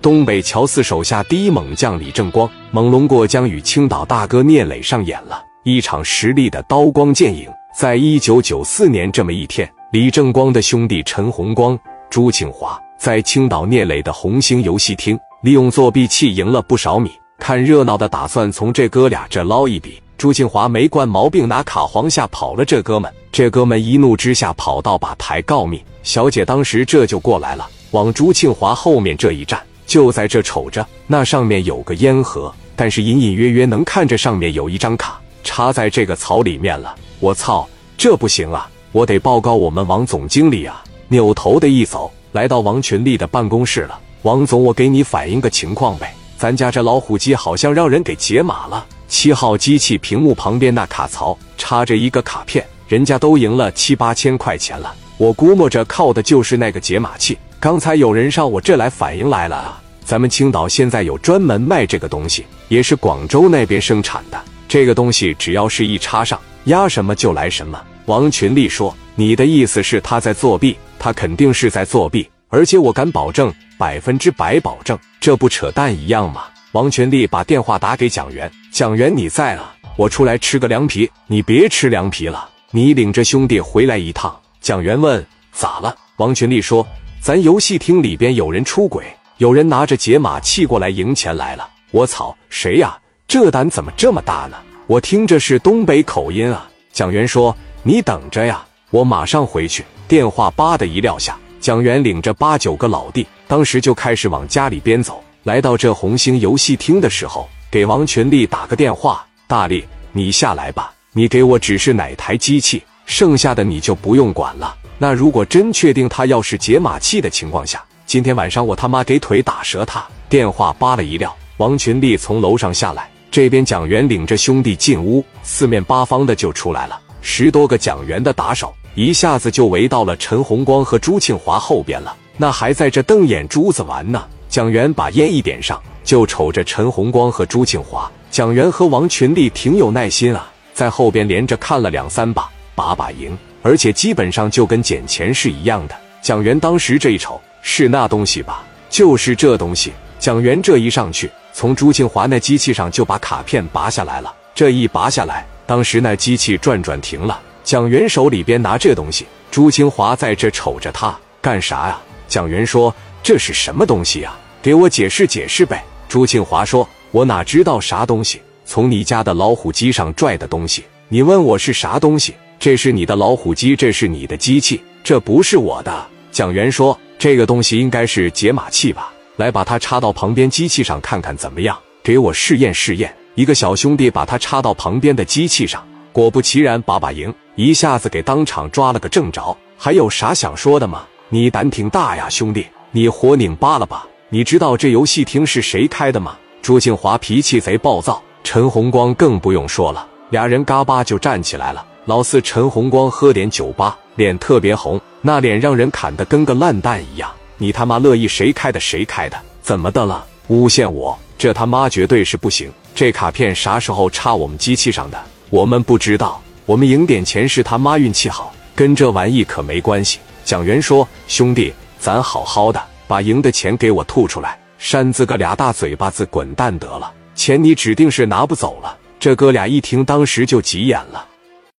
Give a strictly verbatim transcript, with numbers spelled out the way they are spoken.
东北乔四手下第一猛将李正光猛龙过江与青岛大哥聂磊上演了一场实力的刀光剑影。在一九九四年这么一天，李正光的兄弟陈洪光、朱庆华在青岛聂磊的红星游戏厅利用作弊器赢了不少米，看热闹的打算从这哥俩这捞一笔。朱庆华没惯毛病，拿卡黄吓跑了这哥们，这哥们一怒之下跑到把台告密，小姐当时这就过来了，往朱庆华后面这一站，就在这瞅着，那上面有个烟盒，但是隐隐约约能看着上面有一张卡插在这个槽里面了。我操，这不行啊，我得报告我们王总经理啊。扭头的一走，来到王群力的办公室了。王总，我给你反映个情况呗，咱家这老虎机好像让人给解码了。七号机器屏幕旁边那卡槽插着一个卡片，人家都赢了七八千块钱了，我估摸着靠的就是那个解码器。刚才有人上我这来反映来了啊，咱们青岛现在有专门卖这个东西，也是广州那边生产的，这个东西只要是一插上，压什么就来什么。王群力说，你的意思是他在作弊？他肯定是在作弊，而且我敢保证，百分之百保证，这不扯淡一样吗？王群力把电话打给蒋元，蒋元你在啊？我出来吃个凉皮。你别吃凉皮了，你领着兄弟回来一趟。蒋元问，咋了？王群力说，咱游戏厅里边有人出轨，有人拿着解码器过来赢钱来了。我操，谁呀？这胆怎么这么大呢？我听着是东北口音啊。蒋元说，你等着呀，我马上回去。电话叭的一撂下，蒋元领着八九个老弟，当时就开始往家里边走。来到这红星游戏厅的时候，给王群力打个电话，大力，你下来吧，你给我指示哪台机器，剩下的你就不用管了。那如果真确定他要是解码器的情况下，今天晚上我他妈给腿打折他。电话叭了一撂，王群力从楼上下来，这边蒋元领着兄弟进屋，四面八方的就出来了，十多个蒋元的打手一下子就围到了陈洪光和朱庆华后边了，那还在这瞪眼珠子玩呢。蒋元把烟一点上，就瞅着陈洪光和朱庆华。蒋元和王群力挺有耐心啊，在后边连着看了两三把，把把赢，而且基本上就跟捡钱是一样的。蒋元当时这一瞅，是那东西吧？就是这东西。蒋元这一上去，从朱庆华那机器上就把卡片拔下来了。这一拔下来，当时那机器转转停了。蒋元手里边拿这东西，朱庆华在这瞅着他干啥呀？蒋元说，这是什么东西呀？给我解释解释呗。朱庆华说，我哪知道啥东西，从你家的老虎机上拽的东西，你问我是啥东西？这是你的老虎机，这是你的机器，这不是我的。蒋元说，这个东西应该是解码器吧，来把它插到旁边机器上看看怎么样，给我试验试验。一个小兄弟把它插到旁边的机器上，果不其然，把把赢，一下子给当场抓了个正着。还有啥想说的吗？你胆挺大呀，兄弟，你活拧巴了吧？你知道这游戏厅是谁开的吗？朱庆华脾气贼暴躁，陈洪光更不用说了，俩人嘎巴就站起来了。老四陈洪光喝点酒吧，脸特别红，那脸让人砍得跟个烂蛋一样。你他妈乐意谁开的谁开的，怎么的了？诬陷我，这他妈绝对是不行。这卡片啥时候插我们机器上的？我们不知道，我们赢点钱是他妈运气好，跟这玩意可没关系。蒋元说，兄弟，咱好好的把赢的钱给我吐出来，扇自个俩大嘴巴子滚蛋得了，钱你指定是拿不走了。这哥俩一听，当时就急眼了。